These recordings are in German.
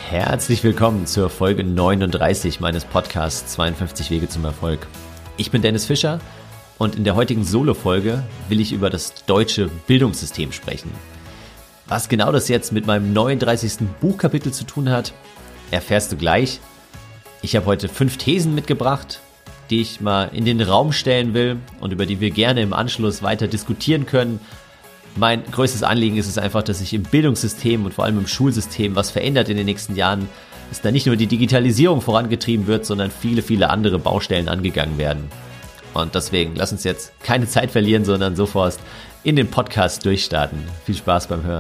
Herzlich willkommen zur Folge 39 meines Podcasts 52 Wege zum Erfolg. Ich bin Dennis Fischer und in der heutigen Solo-Folge will ich über das deutsche Bildungssystem sprechen. Was genau das jetzt mit meinem 39. Buchkapitel zu tun hat, erfährst du gleich. Ich habe heute 5 Thesen mitgebracht, die ich mal in den Raum stellen will und über die wir gerne im Anschluss weiter diskutieren können. Mein größtes Anliegen ist es einfach, dass sich im Bildungssystem und vor allem im Schulsystem was verändert in den nächsten Jahren, dass da nicht nur die Digitalisierung vorangetrieben wird, sondern viele, viele andere Baustellen angegangen werden. Und deswegen lass uns jetzt keine Zeit verlieren, sondern sofort in den Podcast durchstarten. Viel Spaß beim Hören.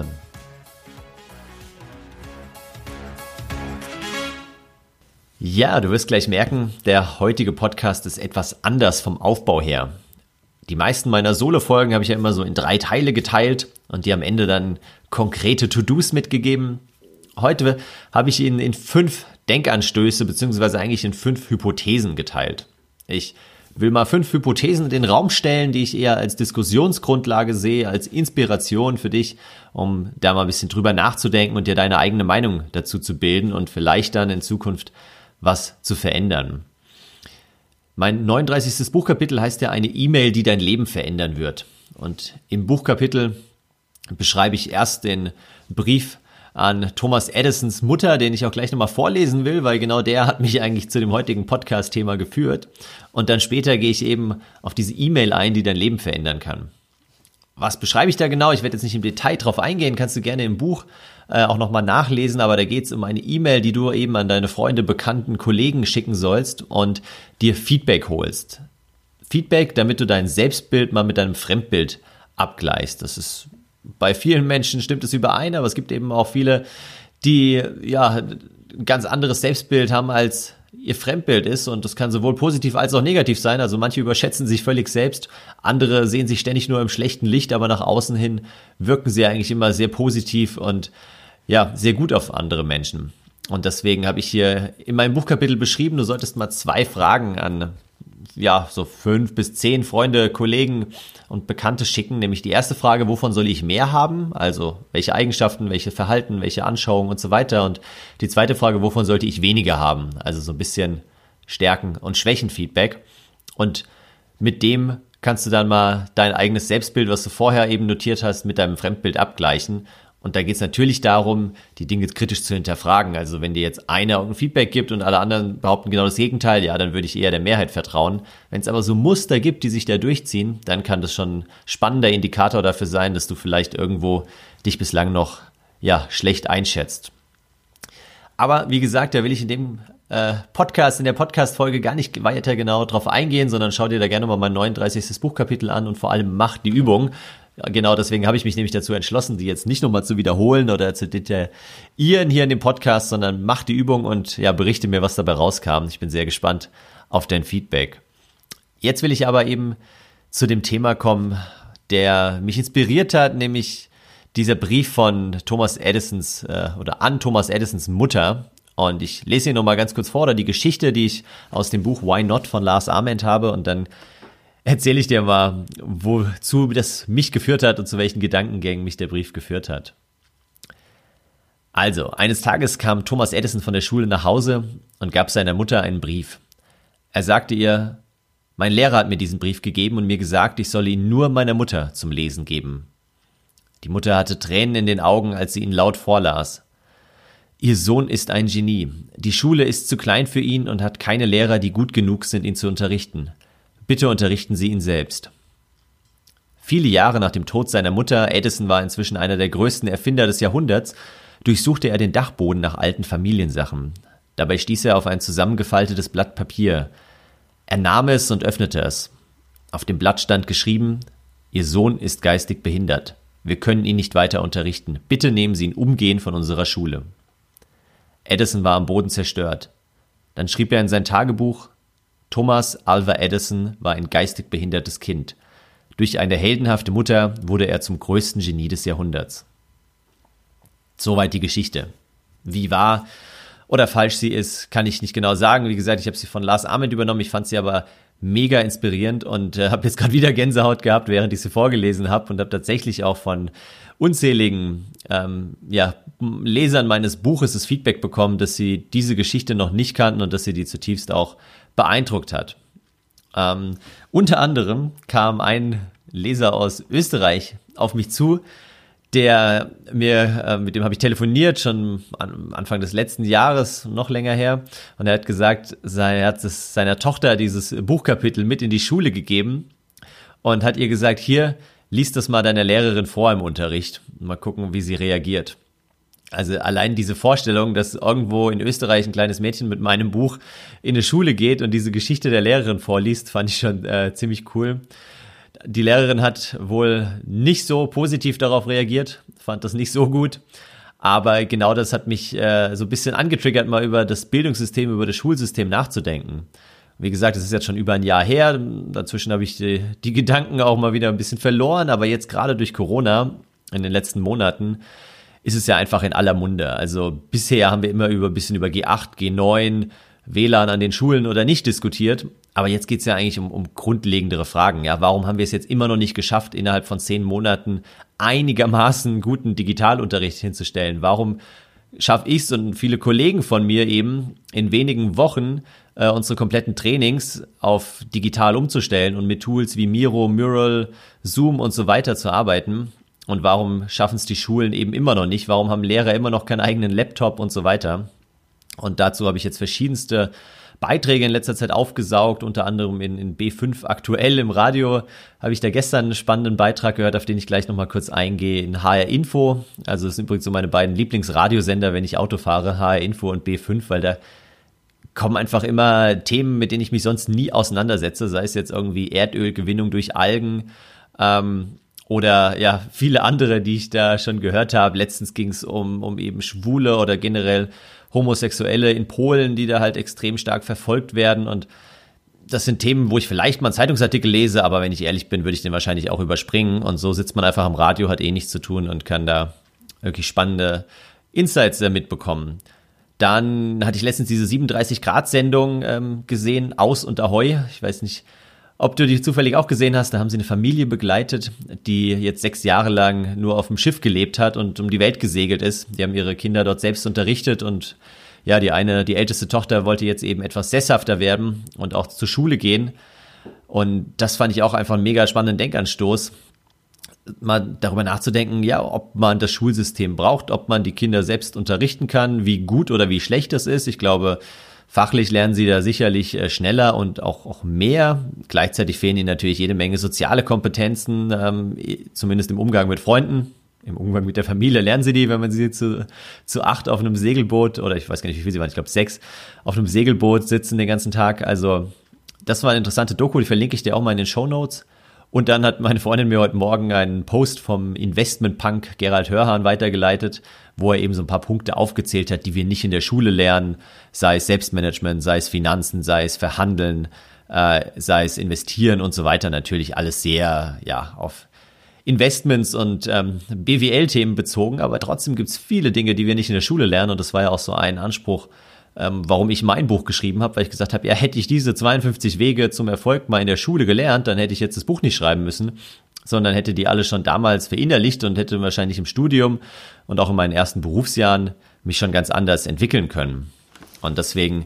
Ja, du wirst gleich merken, der heutige Podcast ist etwas anders vom Aufbau her. Die meisten meiner Solo-Folgen habe ich ja immer so in 3 Teile geteilt und die am Ende dann konkrete To-Dos mitgegeben. Heute habe ich ihn in 5 Denkanstöße beziehungsweise eigentlich in 5 Hypothesen geteilt. Ich will mal 5 Hypothesen in den Raum stellen, die ich eher als Diskussionsgrundlage sehe, als Inspiration für dich, um da mal ein bisschen drüber nachzudenken und dir deine eigene Meinung dazu zu bilden und vielleicht dann in Zukunft was zu verändern. Mein 39. Buchkapitel heißt ja eine E-Mail, die dein Leben verändern wird. Und im Buchkapitel beschreibe ich erst den Brief an Thomas Edisons Mutter, den ich auch gleich nochmal vorlesen will, weil genau der hat mich eigentlich zu dem heutigen Podcast-Thema geführt. Und dann später gehe ich eben auf diese E-Mail ein, die dein Leben verändern kann. Was beschreibe ich da genau? Ich werde jetzt nicht im Detail drauf eingehen, kannst du gerne im Buch auch nochmal nachlesen, aber da geht es um eine E-Mail, die du eben an deine Freunde, Bekannten, Kollegen schicken sollst und dir Feedback holst. Feedback, damit du dein Selbstbild mal mit deinem Fremdbild abgleichst. Das ist bei vielen Menschen stimmt es überein, aber es gibt eben auch viele, die ja ein ganz anderes Selbstbild haben als ihr Fremdbild ist und das kann sowohl positiv als auch negativ sein. Also manche überschätzen sich völlig selbst, andere sehen sich ständig nur im schlechten Licht, aber nach außen hin wirken sie eigentlich immer sehr positiv und ja, sehr gut auf andere Menschen. Und deswegen habe ich hier in meinem Buchkapitel beschrieben, du solltest mal 2 Fragen an ja, so 5 bis 10 Freunde, Kollegen und Bekannte schicken. Nämlich die erste Frage, wovon soll ich mehr haben? Also welche Eigenschaften, welche Verhalten, welche Anschauungen und so weiter. Und die zweite Frage, wovon sollte ich weniger haben? Also so ein bisschen Stärken- und Schwächenfeedback. Und mit dem kannst du dann mal dein eigenes Selbstbild, was du vorher eben notiert hast, mit deinem Fremdbild abgleichen. Und da geht es natürlich darum, die Dinge kritisch zu hinterfragen. Also wenn dir jetzt einer ein Feedback gibt und alle anderen behaupten genau das Gegenteil, ja, dann würde ich eher der Mehrheit vertrauen. Wenn es aber so Muster gibt, die sich da durchziehen, dann kann das schon ein spannender Indikator dafür sein, dass du vielleicht irgendwo dich bislang noch ja schlecht einschätzt. Aber wie gesagt, da will ich in dem in der Podcast-Folge gar nicht weiter genau drauf eingehen, sondern schau dir da gerne mal mein 39. Buchkapitel an und vor allem mach die Übung. Ja, genau, deswegen habe ich mich nämlich dazu entschlossen, die jetzt nicht nochmal zu wiederholen oder zu detaillieren hier in dem Podcast, sondern mach die Übung und ja, berichte mir, was dabei rauskam. Ich bin sehr gespannt auf dein Feedback. Jetzt will ich aber eben zu dem Thema kommen, der mich inspiriert hat, nämlich dieser Brief von Thomas Edisons oder an Thomas Edisons Mutter. Und ich lese ihn nochmal ganz kurz vor, oder die Geschichte, die ich aus dem Buch Why Not von Lars Ament habe und dann erzähle ich dir mal, wozu das mich geführt hat und zu welchen Gedankengängen mich der Brief geführt hat. Also, eines Tages kam Thomas Edison von der Schule nach Hause und gab seiner Mutter einen Brief. Er sagte ihr, mein Lehrer hat mir diesen Brief gegeben und mir gesagt, ich solle ihn nur meiner Mutter zum Lesen geben. Die Mutter hatte Tränen in den Augen, als sie ihn laut vorlas. Ihr Sohn ist ein Genie. Die Schule ist zu klein für ihn und hat keine Lehrer, die gut genug sind, ihn zu unterrichten. Bitte unterrichten Sie ihn selbst. Viele Jahre nach dem Tod seiner Mutter, Edison war inzwischen einer der größten Erfinder des Jahrhunderts, durchsuchte er den Dachboden nach alten Familiensachen. Dabei stieß er auf ein zusammengefaltetes Blatt Papier. Er nahm es und öffnete es. Auf dem Blatt stand geschrieben, Ihr Sohn ist geistig behindert. Wir können ihn nicht weiter unterrichten. Bitte nehmen Sie ihn umgehend von unserer Schule. Edison war am Boden zerstört. Dann schrieb er in sein Tagebuch, Thomas Alva Edison war ein geistig behindertes Kind. Durch eine heldenhafte Mutter wurde er zum größten Genie des Jahrhunderts. Soweit die Geschichte. Wie wahr oder falsch sie ist, kann ich nicht genau sagen. Wie gesagt, ich habe sie von Lars Ament übernommen. Ich fand sie aber mega inspirierend und habe jetzt gerade wieder Gänsehaut gehabt, während ich sie vorgelesen habe und habe tatsächlich auch von unzähligen Lesern meines Buches das Feedback bekommen, dass sie diese Geschichte noch nicht kannten und dass sie die zutiefst auch beeindruckt hat. Unter anderem kam ein Leser aus Österreich auf mich zu, mit dem habe ich telefoniert, schon am Anfang des letzten Jahres, noch länger her. Und er hat gesagt, er hat seiner Tochter dieses Buchkapitel mit in die Schule gegeben und hat ihr gesagt, hier, lies das mal deiner Lehrerin vor im Unterricht. Mal gucken, wie sie reagiert. Also allein diese Vorstellung, dass irgendwo in Österreich ein kleines Mädchen mit meinem Buch in eine Schule geht und diese Geschichte der Lehrerin vorliest, fand ich schon ziemlich cool. Die Lehrerin hat wohl nicht so positiv darauf reagiert, fand das nicht so gut. Aber genau das hat mich so ein bisschen angetriggert, mal über das Bildungssystem, über das Schulsystem nachzudenken. Wie gesagt, es ist jetzt schon über ein Jahr her. Dazwischen habe ich die Gedanken auch mal wieder ein bisschen verloren. Aber jetzt gerade durch Corona in den letzten Monaten ist es ja einfach in aller Munde. Also bisher haben wir immer ein bisschen über G8, G9, WLAN an den Schulen oder nicht diskutiert. Aber jetzt geht es ja eigentlich um grundlegendere Fragen. Ja, warum haben wir es jetzt immer noch nicht geschafft, innerhalb von 10 Monaten einigermaßen guten Digitalunterricht hinzustellen? Warum schaffe ich es und viele Kollegen von mir eben in wenigen Wochen unsere kompletten Trainings auf digital umzustellen und mit Tools wie Miro, Mural, Zoom und so weiter zu arbeiten? Und warum schaffen es die Schulen eben immer noch nicht? Warum haben Lehrer immer noch keinen eigenen Laptop und so weiter? Und dazu habe ich jetzt verschiedenste Beiträge in letzter Zeit aufgesaugt, unter anderem in B5 aktuell im Radio habe ich da gestern einen spannenden Beitrag gehört, auf den ich gleich nochmal kurz eingehe, in HR Info. Also das sind übrigens so meine beiden Lieblingsradiosender, wenn ich Auto fahre, HR Info und B5, weil da kommen einfach immer Themen, mit denen ich mich sonst nie auseinandersetze, sei es jetzt irgendwie Erdölgewinnung durch Algen, oder ja, viele andere, die ich da schon gehört habe. Letztens ging es um eben Schwule oder generell Homosexuelle in Polen, die da halt extrem stark verfolgt werden. Und das sind Themen, wo ich vielleicht mal einen Zeitungsartikel lese, aber wenn ich ehrlich bin, würde ich den wahrscheinlich auch überspringen. Und so sitzt man einfach am Radio, hat nichts zu tun und kann da wirklich spannende Insights mitbekommen. Dann hatte ich letztens diese 37-Grad-Sendung gesehen, Aus und Ahoi. Ich weiß nicht, ob du die zufällig auch gesehen hast. Da haben sie eine Familie begleitet, die jetzt 6 Jahre lang nur auf dem Schiff gelebt hat und um die Welt gesegelt ist. Die haben ihre Kinder dort selbst unterrichtet und ja, die älteste Tochter wollte jetzt eben etwas sesshafter werden und auch zur Schule gehen. Und das fand ich auch einfach einen mega spannenden Denkanstoß, mal darüber nachzudenken, ja, ob man das Schulsystem braucht, ob man die Kinder selbst unterrichten kann, wie gut oder wie schlecht das ist. Ich glaube, fachlich lernen sie da sicherlich schneller und auch mehr. Gleichzeitig fehlen ihnen natürlich jede Menge soziale Kompetenzen, zumindest im Umgang mit Freunden. Im Umgang mit der Familie lernen sie die, wenn man sie zu 8 auf einem Segelboot, oder ich weiß gar nicht, wie viel sie waren, ich glaube 6, auf einem Segelboot sitzen den ganzen Tag. Also das war eine interessante Doku, die verlinke ich dir auch mal in den Shownotes. Und dann hat meine Freundin mir heute Morgen einen Post vom Investmentpunk Gerald Hörhan weitergeleitet, wo er eben so ein paar Punkte aufgezählt hat, die wir nicht in der Schule lernen, sei es Selbstmanagement, sei es Finanzen, sei es Verhandeln, sei es Investieren und so weiter. Natürlich alles sehr auf Investments und BWL-Themen bezogen, aber trotzdem gibt es viele Dinge, die wir nicht in der Schule lernen und das war ja auch so ein Anspruch, warum ich mein Buch geschrieben habe, weil ich gesagt habe, ja, hätte ich diese 52 Wege zum Erfolg mal in der Schule gelernt, dann hätte ich jetzt das Buch nicht schreiben müssen, sondern hätte die alle schon damals verinnerlicht und hätte wahrscheinlich im Studium und auch in meinen ersten Berufsjahren mich schon ganz anders entwickeln können. Und deswegen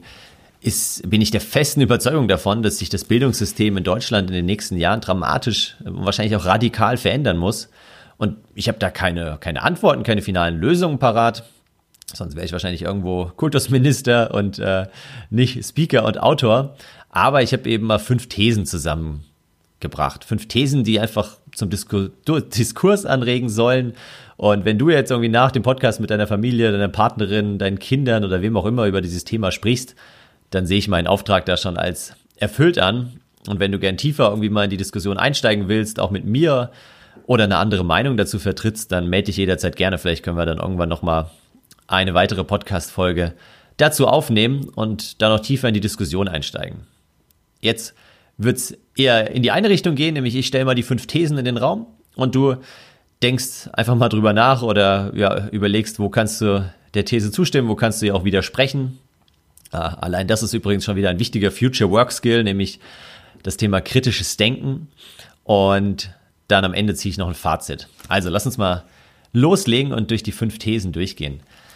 bin ich der festen Überzeugung davon, dass sich das Bildungssystem in Deutschland in den nächsten Jahren dramatisch und wahrscheinlich auch radikal verändern muss. Und ich habe da keine Antworten, keine finalen Lösungen parat. Sonst wäre ich wahrscheinlich irgendwo Kultusminister und nicht Speaker und Autor. Aber ich habe eben mal 5 Thesen zusammengebracht. 5 Thesen, die einfach zum Diskurs anregen sollen. Und wenn du jetzt irgendwie nach dem Podcast mit deiner Familie, deiner Partnerin, deinen Kindern oder wem auch immer über dieses Thema sprichst, dann sehe ich meinen Auftrag da schon als erfüllt an. Und wenn du gern tiefer irgendwie mal in die Diskussion einsteigen willst, auch mit mir oder eine andere Meinung dazu vertrittst, dann melde dich jederzeit gerne. Vielleicht können wir dann irgendwann nochmal eine weitere Podcast-Folge dazu aufnehmen und da noch tiefer in die Diskussion einsteigen. Jetzt wird es eher in die eine Richtung gehen, nämlich ich stelle mal die 5 Thesen in den Raum und du denkst einfach mal drüber nach oder überlegst, wo kannst du der These zustimmen, wo kannst du ihr auch widersprechen. Allein das ist übrigens schon wieder ein wichtiger Future Work Skill, nämlich das Thema kritisches Denken und dann am Ende ziehe ich noch ein Fazit. Also lass uns mal loslegen und durch die 5 Thesen durchgehen.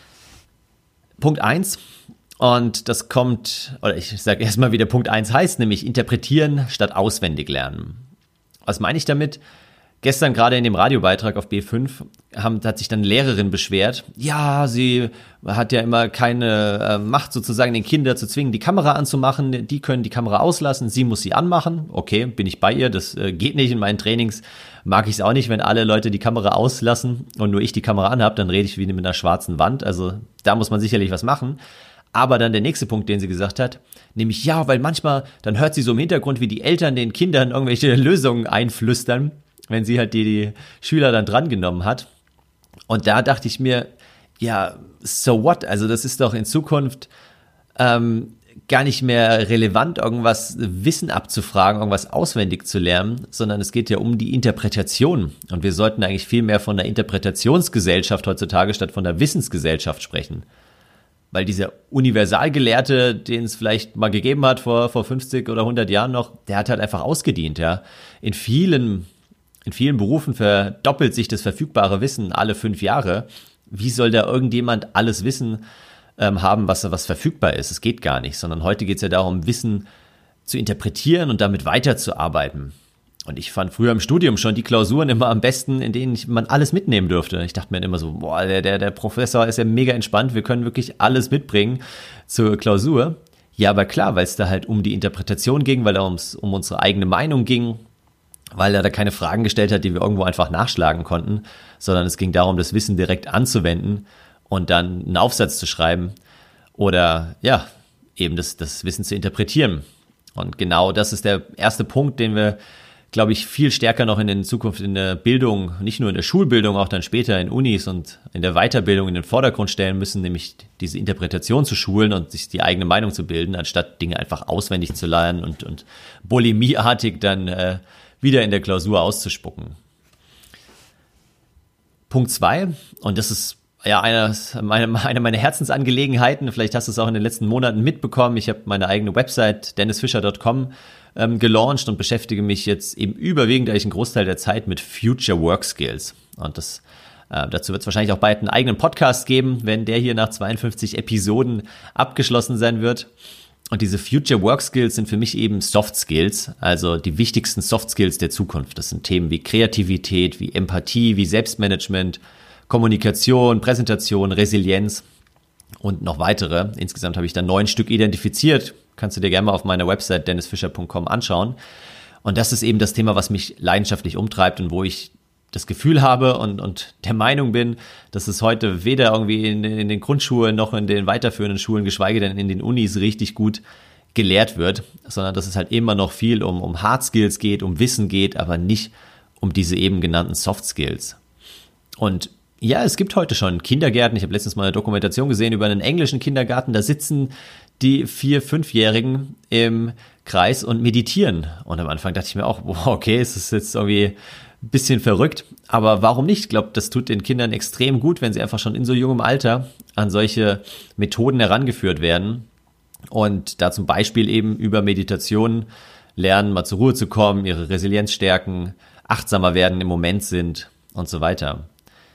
Punkt 1, und das kommt, oder ich sage erstmal, wie der Punkt 1 heißt, nämlich interpretieren statt auswendig lernen. Was meine ich damit? Gestern gerade in dem Radiobeitrag auf B5 hat sich dann eine Lehrerin beschwert. Ja, sie hat ja immer keine Macht, sozusagen den Kindern zu zwingen, die Kamera anzumachen. Die können die Kamera auslassen, sie muss sie anmachen. Okay, bin ich bei ihr, das geht nicht. In meinen Trainings mag ich es auch nicht, wenn alle Leute die Kamera auslassen und nur ich die Kamera anhabe, dann rede ich wie mit einer schwarzen Wand. Also da muss man sicherlich was machen. Aber dann der nächste Punkt, den sie gesagt hat, nämlich ja, weil manchmal, dann hört sie so im Hintergrund, wie die Eltern den Kindern irgendwelche Lösungen einflüstern, wenn sie halt die Schüler dann drangenommen hat. Und da dachte ich mir, ja, so what? Also das ist doch in Zukunft gar nicht mehr relevant, irgendwas Wissen abzufragen, irgendwas auswendig zu lernen, sondern es geht ja um die Interpretation. Und wir sollten eigentlich viel mehr von der Interpretationsgesellschaft heutzutage statt von der Wissensgesellschaft sprechen. Weil dieser Universalgelehrte, den es vielleicht mal gegeben hat vor 50 oder 100 Jahren noch, der hat halt einfach ausgedient, ja. In vielen Berufen verdoppelt sich das verfügbare Wissen alle 5 Jahre. Wie soll da irgendjemand alles Wissen haben, was verfügbar ist? Es geht gar nicht, sondern heute geht es ja darum, Wissen zu interpretieren und damit weiterzuarbeiten. Und ich fand früher im Studium schon die Klausuren immer am besten, in denen man alles mitnehmen durfte. Ich dachte mir immer so, boah, der Professor ist ja mega entspannt, wir können wirklich alles mitbringen zur Klausur. Ja, aber klar, weil es da halt um die Interpretation ging, weil es um unsere eigene Meinung ging, weil er da keine Fragen gestellt hat, die wir irgendwo einfach nachschlagen konnten, sondern es ging darum, das Wissen direkt anzuwenden und dann einen Aufsatz zu schreiben oder ja, eben das Wissen zu interpretieren. Und genau das ist der erste Punkt, den wir, glaube ich, viel stärker noch in der Zukunft in der Bildung, nicht nur in der Schulbildung, auch dann später in Unis und in der Weiterbildung in den Vordergrund stellen müssen, nämlich diese Interpretation zu schulen und sich die eigene Meinung zu bilden, anstatt Dinge einfach auswendig zu lernen und bulimieartig dann wieder in der Klausur auszuspucken. Punkt 2, und das ist ja eine meiner Herzensangelegenheiten, vielleicht hast du es auch in den letzten Monaten mitbekommen, ich habe meine eigene Website dennisfischer.com gelauncht und beschäftige mich jetzt eben überwiegend eigentlich einen Großteil der Zeit mit Future Work Skills. Und dazu wird es wahrscheinlich auch bald einen eigenen Podcast geben, wenn der hier nach 52 Episoden abgeschlossen sein wird. Und diese Future Work Skills sind für mich eben Soft Skills, also die wichtigsten Soft Skills der Zukunft. Das sind Themen wie Kreativität, wie Empathie, wie Selbstmanagement, Kommunikation, Präsentation, Resilienz und noch weitere. Insgesamt habe ich da 9 Stück identifiziert. Kannst du dir gerne mal auf meiner Website dennisfischer.com anschauen. Und das ist eben das Thema, was mich leidenschaftlich umtreibt und wo ich das Gefühl habe und der Meinung bin, dass es heute weder irgendwie in den Grundschulen noch in den weiterführenden Schulen, geschweige denn in den Unis richtig gut gelehrt wird, sondern dass es halt immer noch viel um Hard Skills geht, um Wissen geht, aber nicht um diese eben genannten Soft Skills. Und ja, es gibt heute schon Kindergärten. Ich habe letztens mal eine Dokumentation gesehen über einen englischen Kindergarten. Da sitzen die 4-, 5-Jährigen im Kreis und meditieren. Und am Anfang dachte ich mir auch, boah, okay, es ist jetzt irgendwie ein bisschen verrückt. Aber warum nicht? Ich glaube, das tut den Kindern extrem gut, wenn sie einfach schon in so jungem Alter an solche Methoden herangeführt werden. Und da zum Beispiel eben über Meditation lernen, mal zur Ruhe zu kommen, ihre Resilienz stärken, achtsamer werden, im Moment sind und so weiter.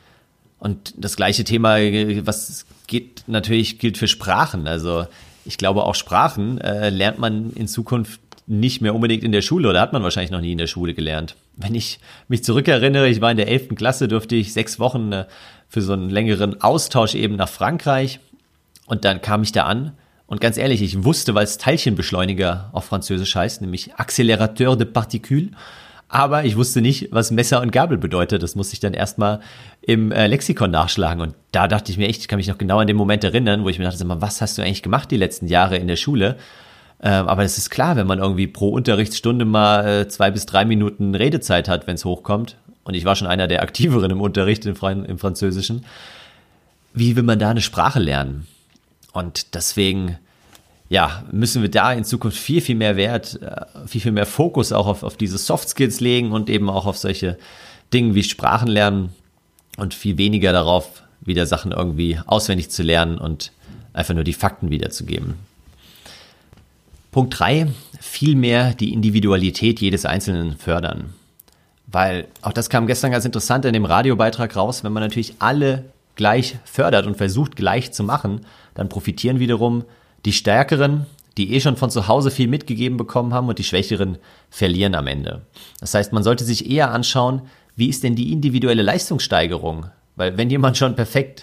Und das gleiche Thema, was gilt für Sprachen. Also ich glaube, auch Sprachen lernt man in Zukunft nicht mehr unbedingt in der Schule oder hat man wahrscheinlich noch nie in der Schule gelernt. Wenn ich mich zurückerinnere, ich war in der 11. Klasse, durfte ich 6 Wochen für so einen längeren Austausch eben nach Frankreich und dann kam ich da an und ganz ehrlich, ich wusste, weil es Teilchenbeschleuniger auf Französisch heißt, nämlich Accélérateur de Particules, aber ich wusste nicht, was Messer und Gabel bedeutet. Das musste ich dann erstmal im Lexikon nachschlagen. Und da dachte ich mir echt, ich kann mich noch genau an den Moment erinnern, wo ich mir dachte, sag mal, was hast du eigentlich gemacht die letzten Jahre in der Schule? Aber es ist klar, wenn man irgendwie pro Unterrichtsstunde mal 2 bis 3 Minuten Redezeit hat, wenn es hochkommt. Und ich war schon einer der Aktiveren im Unterricht im Französischen. Wie will man da eine Sprache lernen? Und deswegen ja, müssen wir da in Zukunft viel, viel mehr Wert, viel mehr Fokus auch auf diese Soft Skills legen und eben auch auf solche Dinge wie Sprachen lernen und viel weniger darauf, wieder Sachen irgendwie auswendig zu lernen und einfach nur die Fakten wiederzugeben. Punkt 3, viel mehr die Individualität jedes Einzelnen fördern. Weil auch das kam gestern ganz interessant in dem Radiobeitrag raus, wenn man natürlich alle gleich fördert und versucht gleich zu machen, dann profitieren wiederum die Stärkeren, die schon von zu Hause viel mitgegeben bekommen haben, und die Schwächeren verlieren am Ende. Das heißt, man sollte sich eher anschauen, wie ist denn die individuelle Leistungssteigerung? Weil wenn jemand schon perfekt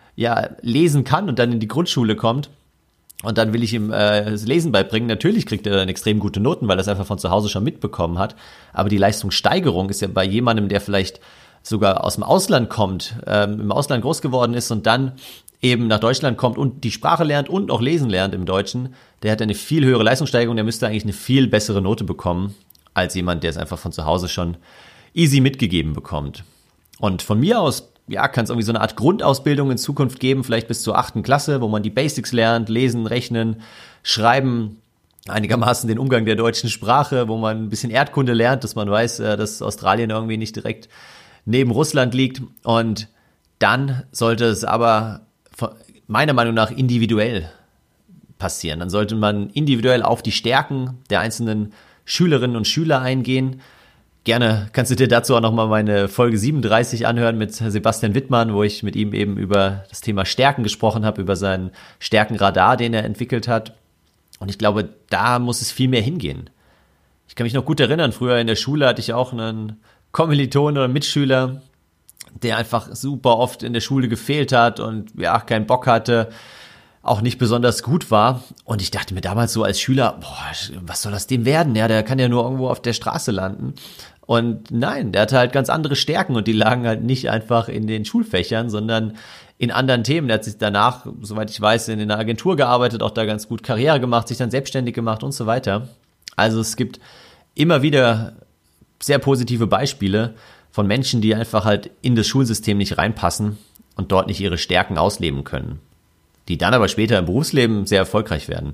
lesen kann und dann in die Grundschule kommt und dann will ich ihm das Lesen beibringen, natürlich kriegt er dann extrem gute Noten, weil er es einfach von zu Hause schon mitbekommen hat. Aber die Leistungssteigerung ist ja bei jemandem, der vielleicht sogar aus dem Ausland kommt, im Ausland groß geworden ist und dann eben nach Deutschland kommt und die Sprache lernt und auch lesen lernt im Deutschen, der hat eine viel höhere Leistungssteigerung, der müsste eigentlich eine viel bessere Note bekommen, als jemand, der es einfach von zu Hause schon easy mitgegeben bekommt. Und von mir aus, kann es irgendwie so eine Art Grundausbildung in Zukunft geben, vielleicht bis zur 8. Klasse, wo man die Basics lernt, lesen, rechnen, schreiben, einigermaßen den Umgang der deutschen Sprache, wo man ein bisschen Erdkunde lernt, dass man weiß, dass Australien irgendwie nicht direkt neben Russland liegt. Und dann sollte es aber meiner Meinung nach individuell passieren. Dann sollte man individuell auf die Stärken der einzelnen Schülerinnen und Schüler eingehen. Gerne kannst du dir dazu auch nochmal meine Folge 37 anhören mit Sebastian Wittmann, wo ich mit ihm eben über das Thema Stärken gesprochen habe, über seinen Stärkenradar, den er entwickelt hat. Und ich glaube, da muss es viel mehr hingehen. Ich kann mich noch gut erinnern, früher in der Schule hatte ich auch einen Kommiliton oder Mitschüler, der einfach super oft in der Schule gefehlt hat und keinen Bock hatte, auch nicht besonders gut war. Und ich dachte mir damals so als Schüler, was soll das dem werden? Ja, der kann ja nur irgendwo auf der Straße landen. Und nein, der hatte halt ganz andere Stärken und die lagen halt nicht einfach in den Schulfächern, sondern in anderen Themen. Der hat sich danach, soweit ich weiß, in einer Agentur gearbeitet, auch da ganz gut Karriere gemacht, sich dann selbstständig gemacht und so weiter. Also es gibt immer wieder sehr positive Beispiele von Menschen, die einfach halt in das Schulsystem nicht reinpassen und dort nicht ihre Stärken ausleben können, die dann aber später im Berufsleben sehr erfolgreich werden.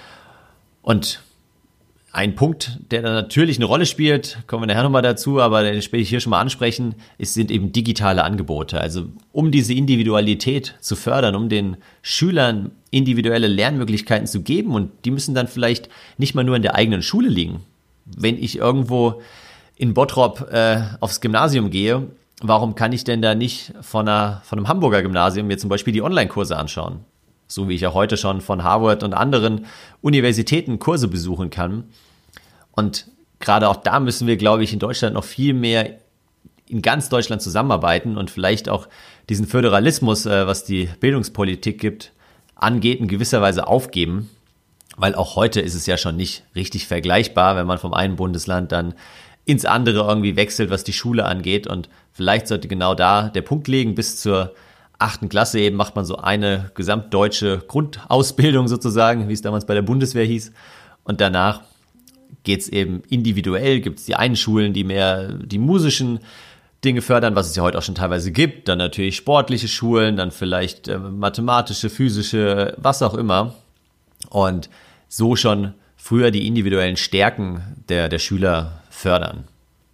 Und ein Punkt, der da natürlich eine Rolle spielt, kommen wir nachher nochmal dazu, aber den will ich hier schon mal ansprechen, sind eben digitale Angebote. Also um diese Individualität zu fördern, um den Schülern individuelle Lernmöglichkeiten zu geben, und die müssen dann vielleicht nicht mal nur in der eigenen Schule liegen. Wenn ich irgendwo in Bottrop aufs Gymnasium gehe, warum kann ich denn da nicht von einem Hamburger Gymnasium mir zum Beispiel die Online-Kurse anschauen? So wie ich ja heute schon von Harvard und anderen Universitäten Kurse besuchen kann. Und gerade auch da müssen wir, glaube ich, in Deutschland noch viel mehr in ganz Deutschland zusammenarbeiten und vielleicht auch diesen Föderalismus, was die Bildungspolitik angeht, in gewisser Weise aufgeben. Weil auch heute ist es ja schon nicht richtig vergleichbar, wenn man vom einen Bundesland dann ins andere irgendwie wechselt, was die Schule angeht. Und vielleicht sollte genau da der Punkt liegen, bis zur 8. Klasse eben macht man so eine gesamtdeutsche Grundausbildung sozusagen, wie es damals bei der Bundeswehr hieß. Und danach geht's eben individuell, gibt es die einen Schulen, die mehr die musischen Dinge fördern, was es ja heute auch schon teilweise gibt. Dann natürlich sportliche Schulen, dann vielleicht mathematische, physische, was auch immer. Und so schon früher die individuellen Stärken der Schüler fördern.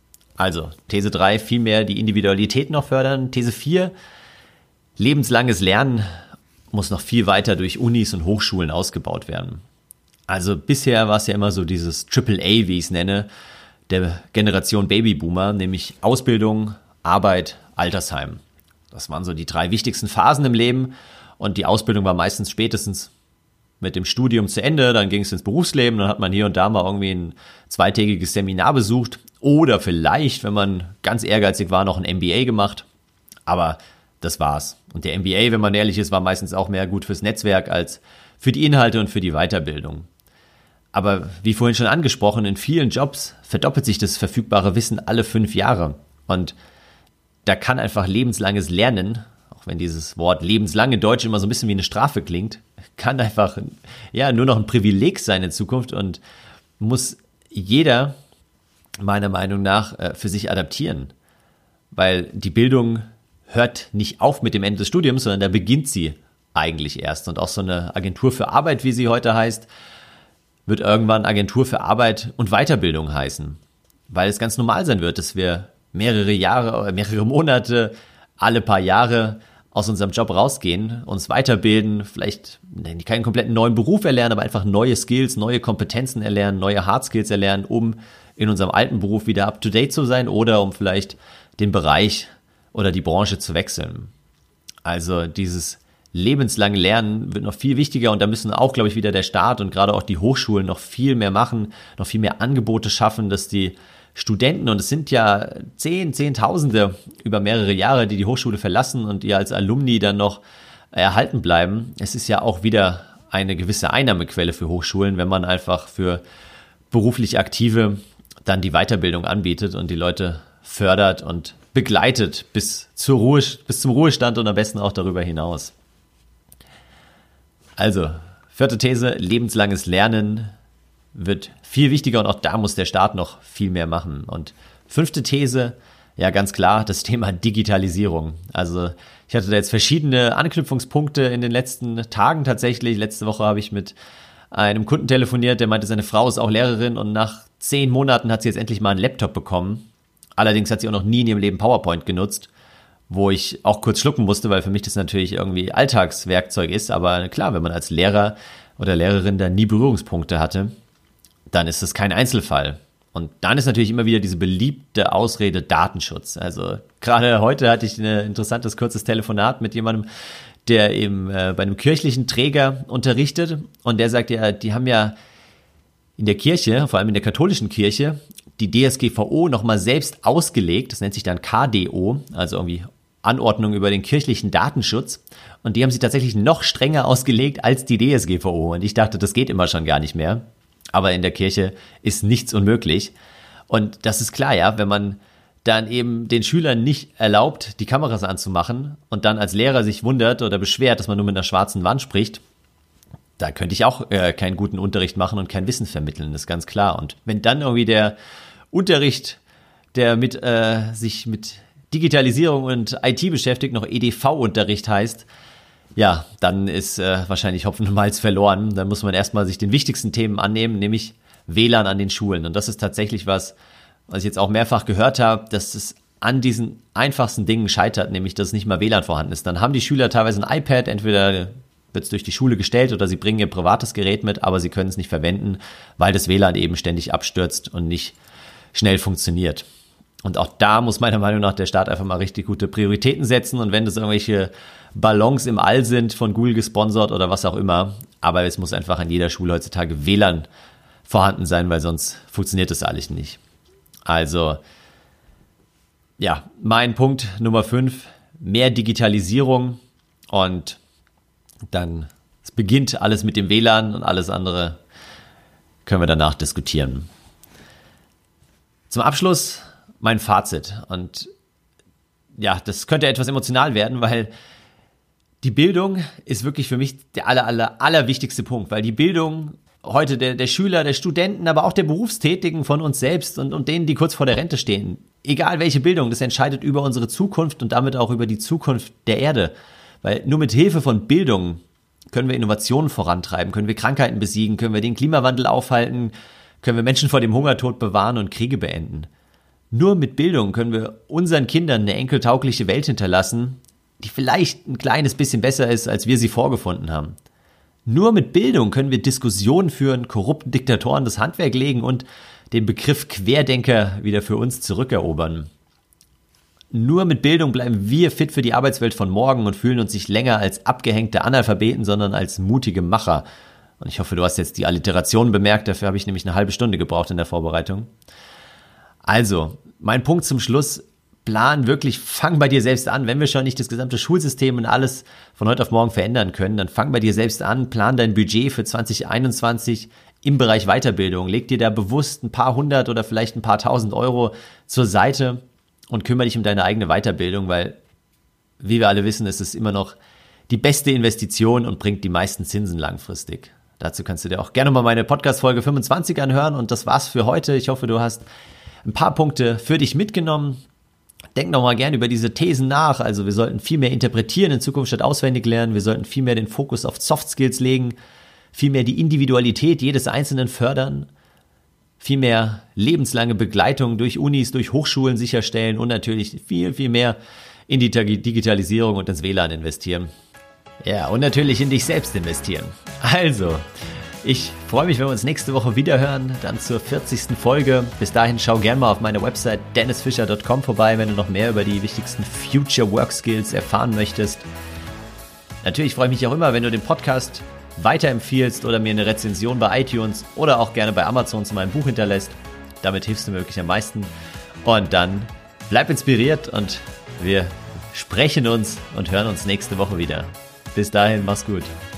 Also These 3, viel mehr die Individualität noch fördern. These 4, lebenslanges Lernen muss noch viel weiter durch Unis und Hochschulen ausgebaut werden. Also bisher war es ja immer so dieses AAA, wie ich es nenne, der Generation Babyboomer, nämlich Ausbildung, Arbeit, Altersheim. Das waren so die 3 wichtigsten Phasen im Leben, und die Ausbildung war meistens spätestens mit dem Studium zu Ende, dann ging es ins Berufsleben, dann hat man hier und da mal irgendwie ein 2-tägiges Seminar besucht oder vielleicht, wenn man ganz ehrgeizig war, noch ein MBA gemacht, aber das war's. Und der MBA, wenn man ehrlich ist, war meistens auch mehr gut fürs Netzwerk als für die Inhalte und für die Weiterbildung. Aber wie vorhin schon angesprochen, in vielen Jobs verdoppelt sich das verfügbare Wissen alle 5 Jahre. Und da kann einfach lebenslanges Lernen, auch wenn dieses Wort lebenslang in Deutsch immer so ein bisschen wie eine Strafe klingt, kann einfach nur noch ein Privileg sein in Zukunft und muss jeder meiner Meinung nach für sich adaptieren. Weil die Bildung hört nicht auf mit dem Ende des Studiums, sondern da beginnt sie eigentlich erst. Und auch so eine Agentur für Arbeit, wie sie heute heißt, wird irgendwann Agentur für Arbeit und Weiterbildung heißen. Weil es ganz normal sein wird, dass wir mehrere Monate, alle paar Jahre aus unserem Job rausgehen, uns weiterbilden, vielleicht keinen kompletten neuen Beruf erlernen, aber einfach neue Skills, neue Kompetenzen erlernen, neue Hard Skills erlernen, um in unserem alten Beruf wieder up to date zu sein oder um vielleicht den Bereich oder die Branche zu wechseln. Also dieses lebenslange Lernen wird noch viel wichtiger und da müssen auch, glaube ich, wieder der Staat und gerade auch die Hochschulen noch viel mehr machen, noch viel mehr Angebote schaffen, dass die Studenten, und es sind ja Zehntausende über mehrere Jahre, die Hochschule verlassen und ihr als Alumni dann noch erhalten bleiben. Es ist ja auch wieder eine gewisse Einnahmequelle für Hochschulen, wenn man einfach für beruflich Aktive dann die Weiterbildung anbietet und die Leute fördert und begleitet bis zum Ruhestand und am besten auch darüber hinaus. Also, 4. These, lebenslanges Lernen wird viel wichtiger und auch da muss der Staat noch viel mehr machen. Und 5. These, ja ganz klar, das Thema Digitalisierung. Also ich hatte da jetzt verschiedene Anknüpfungspunkte in den letzten Tagen tatsächlich. Letzte Woche habe ich mit einem Kunden telefoniert, der meinte, seine Frau ist auch Lehrerin und nach 10 Monaten hat sie jetzt endlich mal einen Laptop bekommen. Allerdings hat sie auch noch nie in ihrem Leben PowerPoint genutzt, wo ich auch kurz schlucken musste, weil für mich das natürlich irgendwie Alltagswerkzeug ist. Aber klar, wenn man als Lehrer oder Lehrerin da nie Berührungspunkte hatte, dann ist es kein Einzelfall. Und dann ist natürlich immer wieder diese beliebte Ausrede Datenschutz. Also gerade heute hatte ich ein interessantes, kurzes Telefonat mit jemandem, der eben bei einem kirchlichen Träger unterrichtet. Und der sagt ja, die haben ja in der Kirche, vor allem in der katholischen Kirche, die DSGVO nochmal selbst ausgelegt. Das nennt sich dann KDO, also irgendwie Anordnung über den kirchlichen Datenschutz. Und die haben sie tatsächlich noch strenger ausgelegt als die DSGVO. Und ich dachte, das geht immer schon gar nicht mehr. Aber in der Kirche ist nichts unmöglich. Und das ist klar, ja, wenn man dann eben den Schülern nicht erlaubt, die Kameras anzumachen und dann als Lehrer sich wundert oder beschwert, dass man nur mit einer schwarzen Wand spricht, da könnte ich auch keinen guten Unterricht machen und kein Wissen vermitteln, das ist ganz klar. Und wenn dann irgendwie der Unterricht, der sich mit Digitalisierung und IT beschäftigt, noch EDV-Unterricht heißt, ja, dann ist wahrscheinlich Hopfen und Malz verloren. Dann muss man erstmal sich den wichtigsten Themen annehmen, nämlich WLAN an den Schulen. Und das ist tatsächlich was ich jetzt auch mehrfach gehört habe, dass es an diesen einfachsten Dingen scheitert, nämlich dass nicht mal WLAN vorhanden ist. Dann haben die Schüler teilweise ein iPad, entweder wird es durch die Schule gestellt oder sie bringen ihr privates Gerät mit, aber sie können es nicht verwenden, weil das WLAN eben ständig abstürzt und nicht schnell funktioniert. Und auch da muss meiner Meinung nach der Staat einfach mal richtig gute Prioritäten setzen und wenn das irgendwelche Ballons im All sind, von Google gesponsert oder was auch immer, aber es muss einfach an jeder Schule heutzutage WLAN vorhanden sein, weil sonst funktioniert das alles nicht. Also, ja, mein Punkt Nummer 5, mehr Digitalisierung und dann es beginnt alles mit dem WLAN und alles andere können wir danach diskutieren. Zum Abschluss mein Fazit und ja, das könnte etwas emotional werden, weil die Bildung ist wirklich für mich der allerwichtigste Punkt, weil die Bildung heute der Schüler, der Studenten, aber auch der Berufstätigen von uns selbst und denen, die kurz vor der Rente stehen, egal welche Bildung, das entscheidet über unsere Zukunft und damit auch über die Zukunft der Erde, weil nur mit Hilfe von Bildung können wir Innovationen vorantreiben, können wir Krankheiten besiegen, können wir den Klimawandel aufhalten, können wir Menschen vor dem Hungertod bewahren und Kriege beenden. Nur mit Bildung können wir unseren Kindern eine enkeltaugliche Welt hinterlassen, die vielleicht ein kleines bisschen besser ist, als wir sie vorgefunden haben. Nur mit Bildung können wir Diskussionen führen, korrupten Diktatoren das Handwerk legen und den Begriff Querdenker wieder für uns zurückerobern. Nur mit Bildung bleiben wir fit für die Arbeitswelt von morgen und fühlen uns nicht länger als abgehängte Analphabeten, sondern als mutige Macher. Und ich hoffe, du hast jetzt die Alliteration bemerkt, dafür habe ich nämlich eine halbe Stunde gebraucht in der Vorbereitung. Also, mein Punkt zum Schluss, fang bei dir selbst an. Wenn wir schon nicht das gesamte Schulsystem und alles von heute auf morgen verändern können, dann fang bei dir selbst an, plan dein Budget für 2021 im Bereich Weiterbildung. Leg dir da bewusst ein paar hundert oder vielleicht ein paar tausend Euro zur Seite und kümmere dich um deine eigene Weiterbildung, weil, wie wir alle wissen, ist es immer noch die beste Investition und bringt die meisten Zinsen langfristig. Dazu kannst du dir auch gerne mal meine Podcast-Folge 25 anhören und das war's für heute. Ich hoffe, du hast ein paar Punkte für dich mitgenommen. Denk noch mal gerne über diese Thesen nach. Also wir sollten viel mehr interpretieren in Zukunft statt auswendig lernen. Wir sollten viel mehr den Fokus auf Soft Skills legen, viel mehr die Individualität jedes Einzelnen fördern, viel mehr lebenslange Begleitung durch Unis, durch Hochschulen sicherstellen und natürlich viel, viel mehr in die Digitalisierung und ins WLAN investieren. Ja, und natürlich in dich selbst investieren. Also, ich freue mich, wenn wir uns nächste Woche wieder hören, dann zur 40. Folge. Bis dahin schau gerne mal auf meiner Website dennisfischer.com vorbei, wenn du noch mehr über die wichtigsten Future Work Skills erfahren möchtest. Natürlich freue ich mich auch immer, wenn du den Podcast weiterempfiehlst oder mir eine Rezension bei iTunes oder auch gerne bei Amazon zu meinem Buch hinterlässt. Damit hilfst du mir wirklich am meisten. Und dann bleib inspiriert und wir sprechen uns und hören uns nächste Woche wieder. Bis dahin, mach's gut.